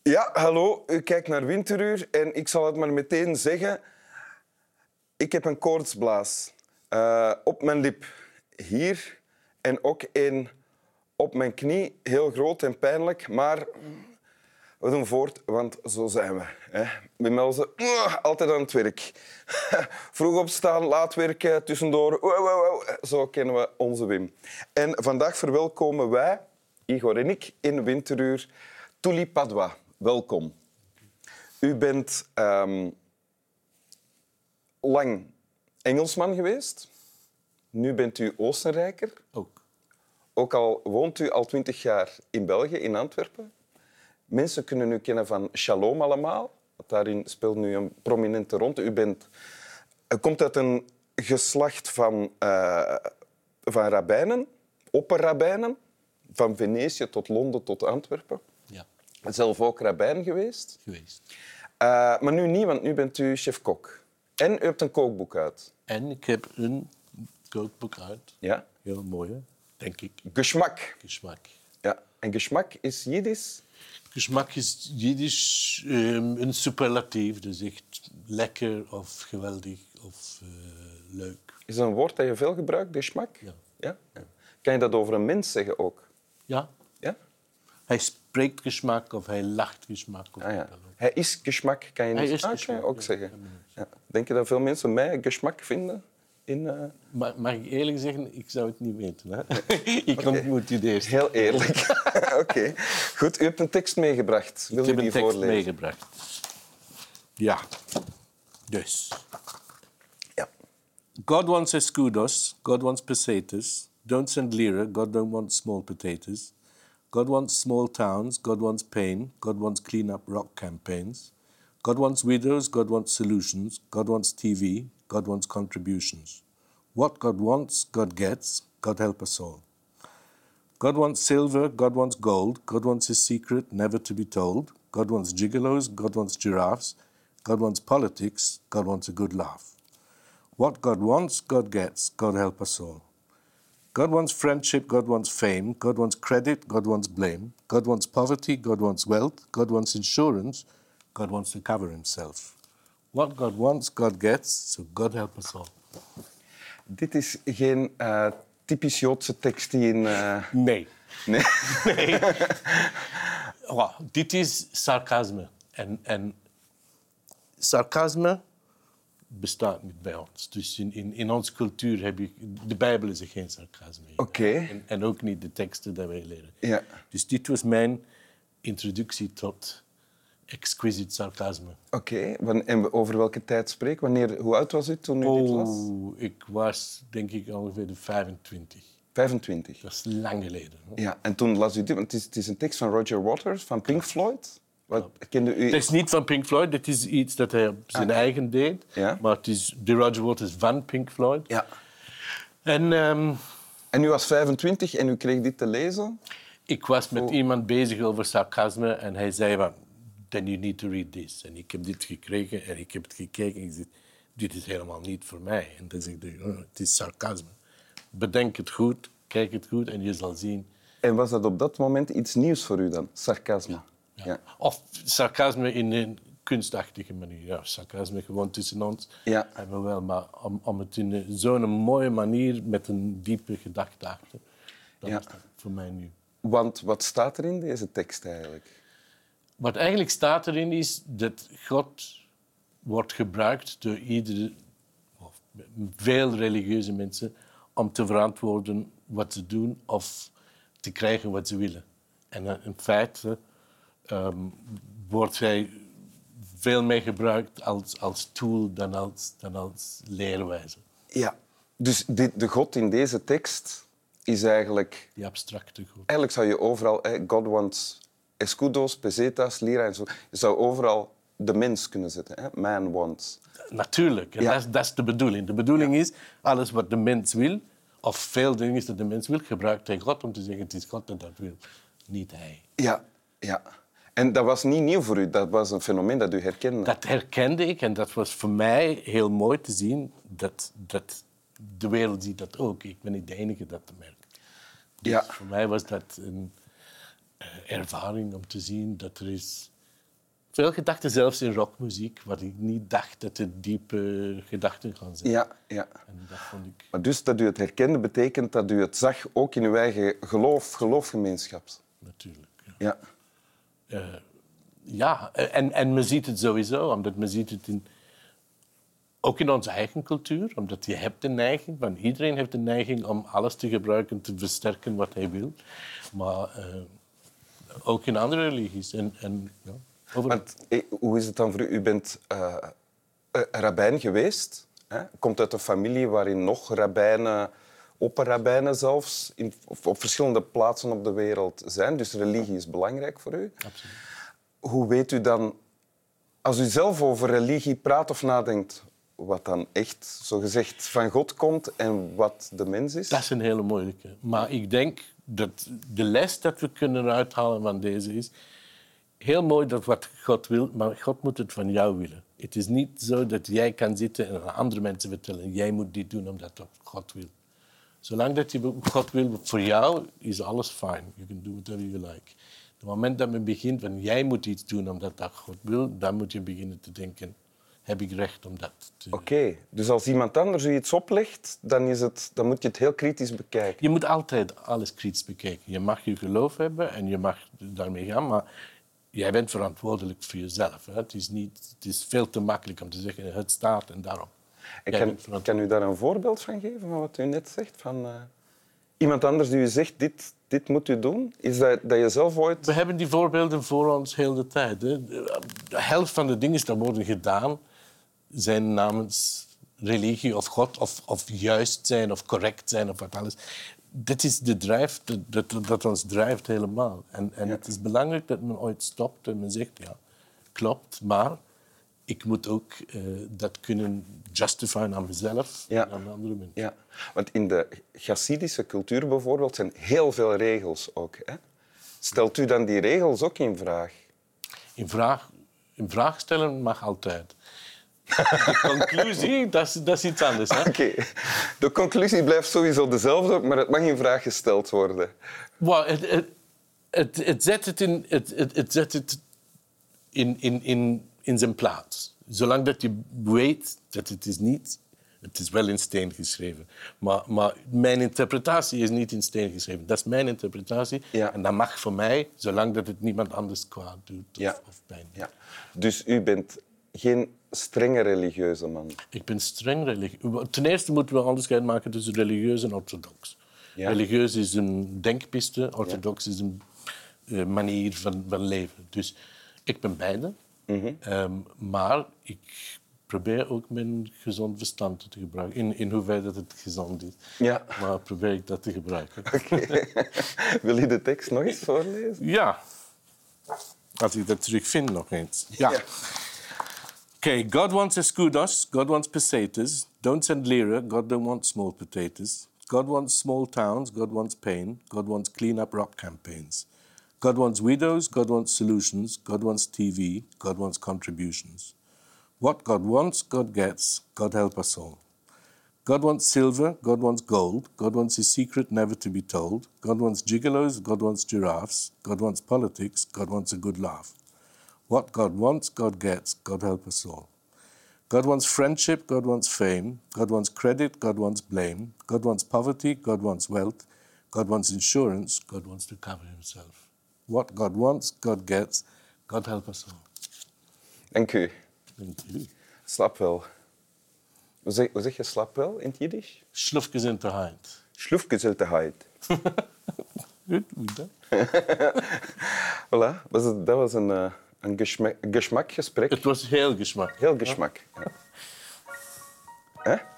Ja, hallo. U kijkt naar Winteruur en ik zal het maar meteen zeggen. Ik heb een koortsblaas op mijn lip, hier, en ook één op mijn knie. Heel groot en pijnlijk, maar we doen voort, want zo zijn we. Hè. Bij Melze, altijd aan het werk. Vroeg opstaan, laat werken, tussendoor. Zo kennen we onze Wim. En vandaag verwelkomen wij, Igor en ik, in Winteruur, Tully Padua. Welkom. U bent lang Engelsman geweest. Nu bent u Oostenrijker. Ook al woont u al 20 jaar in België, in Antwerpen. Mensen kunnen u kennen van Shalom allemaal. Daarin speelt nu een prominente rol. U komt uit een geslacht van rabbijnen, opperrabbijnen. Van Venetië tot Londen tot Antwerpen. Ja. Zelf ook rabbijn geweest. Maar nu niet, want nu bent u chef-kok. En u hebt een kookboek uit. En ik heb een kookboek uit. Ja? Heel mooi, hè? Denk ik. Geschmack. Geschmack. Ja. En geschmack is Jiddisch? Geschmack is Jiddisch een superlatief. Dus echt lekker of geweldig of leuk. Is dat een woord dat je veel gebruikt, geschmack? Ja. Ja? Kan je dat over een mens zeggen ook? Ja. Ja? Hij spreekt geschmack of hij lacht geschmack. Of Ja. Hij is geschmack, kan je Hij niet is geschmack, ook ja. zeggen. Ja. Denk je dat veel mensen mij geschmack vinden? Mag ik eerlijk zeggen, ik zou het niet weten. Hè? Ik ontmoet u eerst. Heel eerlijk. Oké. Goed, u hebt een tekst meegebracht. Wil Ik heb u die een tekst voorlezen? meegebracht. Ja. Dus. Ja. God wants escudos, God wants pesetas. Don't send lira, God don't want small potatoes. God wants small towns, God wants pain. God wants clean-up rock campaigns. God wants widows, God wants solutions. God wants TV, God wants contributions. What God wants, God gets. God help us all. God wants silver, God wants gold. God wants his secret, never to be told. God wants gigolos, God wants giraffes. God wants politics, God wants a good laugh. What God wants, God gets. God help us all. God wants friendship, God wants fame. God wants credit, God wants blame. God wants poverty, God wants wealth. God wants insurance, God wants to cover himself. What God wants, God gets. So God help us all. Dit is geen typisch Joodse tekst die in... Nee. Nee? Nee. Dit is sarcasme. En sarcasme bestaat niet bij ons. Dus in onze cultuur heb je... De Bijbel is er geen sarcasme in. Oké. En ook niet de teksten die wij leren. Ja. Dus dit was mijn introductie tot exquisite sarcasme. Oké. En over welke tijd spreek? Hoe oud was u toen u dit las? Ik was denk ik ongeveer de 25. 25. Dat is lang geleden. Hè? Ja, en toen las u dit, want het is een tekst van Roger Waters, van Pink Floyd. Wat kende u? Het is niet van Pink Floyd, dit is iets dat hij op zijn eigen deed. Ja. Maar het is de Roger Waters van Pink Floyd. Ja. En u was 25 en u kreeg dit te lezen? ik was met iemand bezig over sarcasme en hij zei van, then you need to read this. En ik heb dit gekregen en ik heb het gekeken en ik zei, dit is helemaal niet voor mij. En dan zeg ik, het is sarcasme. Bedenk het goed, kijk het goed en je zal zien. En was dat op dat moment iets nieuws voor u dan? Sarcasme? Ja. Of sarcasme in een kunstachtige manier. Ja, sarcasme gewoon tussen ons hebben we wel. Maar om het in zo'n mooie manier met een diepe gedachte achter, dat is dat voor mij nu. Want wat staat er in deze tekst eigenlijk? Wat eigenlijk staat erin is dat God wordt gebruikt door veel religieuze mensen om te verantwoorden wat ze doen of te krijgen wat ze willen. En in feite wordt hij veel meer gebruikt als tool dan als leerwijze. Ja, dus de God in deze tekst is eigenlijk... Die abstracte God. Eigenlijk zou je overal... God wants escudos, pesetas, lira en zo. Je zou overal de mens kunnen zetten. Hè? Man wants. Natuurlijk, en dat is de bedoeling. De bedoeling is, alles wat de mens wil, of veel dingen is dat de mens wil, gebruikt hij God om te zeggen, het is God dat dat wil, niet hij. Ja. En dat was niet nieuw voor u, dat was een fenomeen dat u herkende. Dat herkende ik en dat was voor mij heel mooi te zien dat de wereld ziet dat ook. Ik ben niet de enige dat merkt. Dus voor mij was dat een ervaring om te zien dat er is Veel gedachten, zelfs in rockmuziek, waar ik niet dacht dat het diepe gedachten gaan zijn. Ja, ja. En dat vond ik... Maar dus dat u het herkende, betekent dat u het zag ook in uw eigen geloofgemeenschap. Natuurlijk. Ja. Ja, en men ziet het sowieso, omdat men ziet het ook in onze eigen cultuur. Omdat je hebt de neiging, want iedereen heeft de neiging om alles te gebruiken, te versterken wat hij wil. Maar ook in andere religies. Ja, Want, hoe is het dan voor u? U bent rabbijn geweest. Hè? Komt uit een familie waarin nog rabbijnen, opperrabbijnen zelfs, op verschillende plaatsen op de wereld zijn. Dus religie is belangrijk voor u. absoluut. Hoe weet u dan, als u zelf over religie praat of nadenkt, wat dan echt, zogezegd, van God komt en wat de mens is? Dat is een hele moeilijke. Maar ik denk dat de les dat we kunnen uithalen van deze is... Heel mooi dat wat God wil, maar God moet het van jou willen. Het is niet zo dat jij kan zitten en aan andere mensen vertellen... jij moet dit doen omdat dat God wil. Zolang dat je God wil voor jou, is alles fijn. You can do whatever you like. Op het moment dat men begint van jij moet iets doen omdat dat God wil... dan moet je beginnen te denken... heb ik recht om dat te doen. Oké, dus als iemand anders u iets oplegt, dan moet je het heel kritisch bekijken. Je moet altijd alles kritisch bekijken. Je mag je geloof hebben en je mag daarmee gaan, maar jij bent verantwoordelijk voor jezelf. Hè. Het is veel te makkelijk om te zeggen, het staat en daarom. Kan u daar een voorbeeld van geven, van wat u net zegt? Van, iemand anders die u zegt, dit moet u doen? Is dat je zelf ooit... We hebben die voorbeelden voor ons heel de tijd. Hè. De helft van de dingen die worden gedaan, zijn namens religie of God, of juist zijn of correct zijn of wat alles. Dat is de drijf dat ons drijft helemaal. En het is belangrijk dat men ooit stopt en men zegt, ja, klopt, maar ik moet ook dat kunnen justifyen aan mezelf en aan andere mensen. Ja, want in de Chassidische cultuur bijvoorbeeld zijn heel veel regels ook. Hè? Stelt u dan die regels ook in vraag? In vraag stellen mag altijd. De conclusie, dat is iets anders. Hè? Oké. De conclusie blijft sowieso dezelfde, maar het mag in vraag gesteld worden. Well, het zet het in zijn plaats. Zolang dat je weet dat het is niet... Het is wel in steen geschreven. Maar mijn interpretatie is niet in steen geschreven. Dat is mijn interpretatie. Ja. En dat mag voor mij, zolang dat het niemand anders kwaad doet of pijn doet. Ja. Dus u bent geen strenge religieuze man? Ik ben streng religieus. Ten eerste moeten we onderscheid maken tussen religieus en orthodox. Ja. Religieus is een denkpiste, orthodox is een manier van leven. Dus ik ben beide. Maar ik probeer ook mijn gezond verstand te gebruiken. In hoeverre dat het gezond is. Ja. Maar probeer ik dat te gebruiken. Okay. Wil je de tekst nog eens voorlezen? Ja. Als ik dat terugvind nog eens. Ja. Okay, God wants escudos, God wants pesetas. Don't send lira, God don't want small potatoes. God wants small towns, God wants pain. God wants clean-up rock campaigns. God wants widows, God wants solutions. God wants TV, God wants contributions. What God wants, God gets. God help us all. God wants silver, God wants gold. God wants his secret never to be told. God wants gigolos, God wants giraffes. God wants politics, God wants a good laugh. What God wants, God gets. God help us all. God wants friendship, God wants fame. God wants credit, God wants blame. God wants poverty, God wants wealth. God wants insurance, God wants to cover himself. What God wants, God gets. God help us all. Dank u. Dank u. Slap wel. Hoe zeg je slap wel in het Jiddisch? Schlufgezinterheid. Schlufgezelteheid. Goed, hoe dat? Voilà, dat was een geschmakgesprek. Het was heel geschmack. Heel geschmak. Ja. Hè?